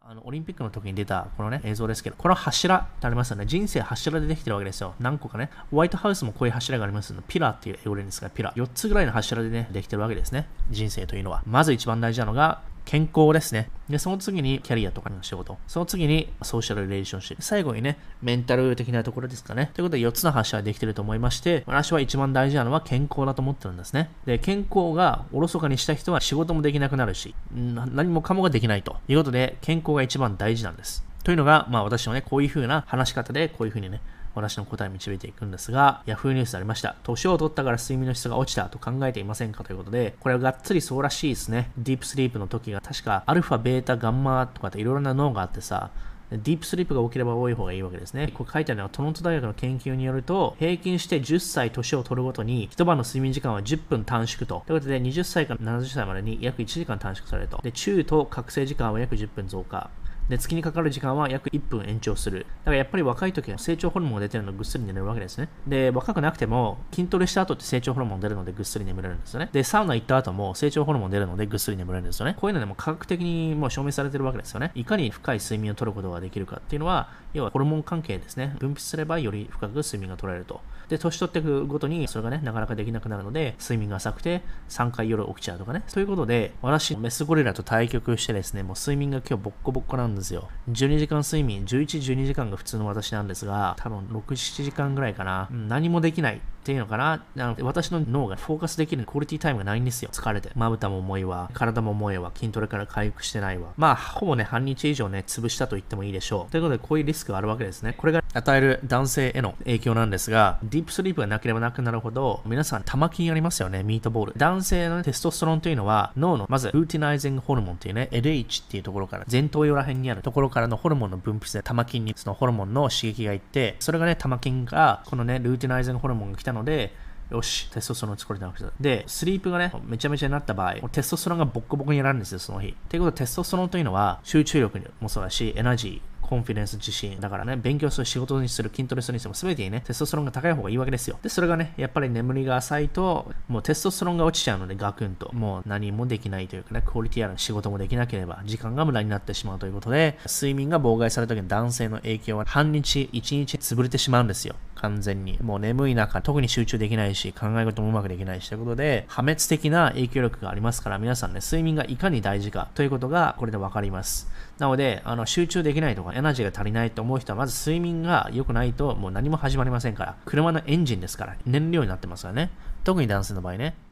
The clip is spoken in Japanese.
オリンピックの時に出たこのね、映像ですけど、この柱ってありますよね。人生柱でできてるわけですよ。何個かね。ホワイトハウスもこういう柱がありますので、ピラーっていう英語で言うんですが、ピラー。4つぐらいの柱でね、できてるわけですね。人生というのは。まず一番大事なのが、健康ですね。で、その次にキャリアとかの仕事。その次にソーシャルリレーションシップ。最後にね、メンタル的なところですかね。ということで4つの柱でできてると思いまして、私は一番大事なのは健康だと思ってるんですね。で、健康がおろそかにした人は仕事もできなくなるし、何もかもができないということで、健康が一番大事なんです。というのが、私のね、こういう風な話し方で、こういう風にね、私の答えを導いていくんですが、Yahoo ニュースでありました。年を取ったから睡眠の質が落ちたと考えていませんかということで、これはがっつりそうらしいですね。ディープスリープの時が確かアルファ、ベータ、ガンマとかっていろいろな脳があってさ、ディープスリープが多ければ多い方がいいわけですね。これ書いてあるのはトロント大学の研究によると、平均して10歳年を取るごとに、一晩の睡眠時間は10分短縮と。ということで、20歳から70歳までに約1時間短縮されると。で、中と覚醒時間は約10分増加。で、月にかかる時間は約1分延長する。だからやっぱり若い時は成長ホルモンが出てるのでぐっすり眠れるわけですね。で、若くなくても筋トレした後って成長ホルモン出るのでぐっすり眠れるんですよね。で、サウナ行った後も成長ホルモン出るのでぐっすり眠れるんですよね。こういうのでも科学的にもう証明されてるわけですよね。いかに深い睡眠を取ることができるかっていうのは、要はホルモン関係ですね。分泌すればより深く睡眠が取られると。で、年取っていくごとにそれがね、なかなかできなくなるので、睡眠が浅くて3回夜起きちゃうとかね。ということで、私、メスゴリラと対局してですね、もう睡眠が今日ボッコボッコなんですよ。12時間睡眠、11、12時間が普通の私なんですが、多分6、7時間ぐらいかな。何もできないっていうのかな。私の脳がフォーカスできるクオリティタイムがないんですよ。疲れて。まぶたも重いわ。体も重いわ。筋トレから回復してないわ。ほぼね、半日以上ね、潰したと言ってもいいでしょう。ということで、こういうリスクがあるわけですね。これが与える男性への影響なんですが、ディープスリープがなければなくなるほど、皆さん玉筋ありますよね、ミートボール。男性のテストステロンというのは、脳のまず、ルーティナイゼングホルモンというね、LH っていうところから、前頭葉ら辺にあるところからのホルモンの分泌で玉筋にそのホルモンの刺激がいって、それがね、玉筋が、このね、ルーティナイゼングホルモンが来たので、よし、テストステロンを作り直した。で、スリープがね、めちゃめちゃになった場合、テストステロンがボッコボコになるんですよ、その日。っていうことで、テストステロンというのは、集中力もそうだし、エナジー、コンフィデンス、自信。だからね、勉強する、仕事にする、筋トレするにしても全てにね、テストステロンが高い方がいいわけですよ。で、それがね、やっぱり眠りが浅いと、もうテストステロンが落ちちゃうので、ガクンと。もう何もできないというかね、クオリティある仕事もできなければ、時間が無駄になってしまうということで、睡眠が妨害された時に男性の影響は半日、1日潰れてしまうんですよ。完全に。もう眠い中、特に集中できないし、考え事もうまくできないし、ということで、破滅的な影響力がありますから、皆さんね、睡眠がいかに大事かということが、これでわかります。なので、集中できないとか、エナジーが足りないと思う人は、まず睡眠が良くないと、もう何も始まりませんから。車のエンジンですから、燃料になってますからね。特に男性の場合ね。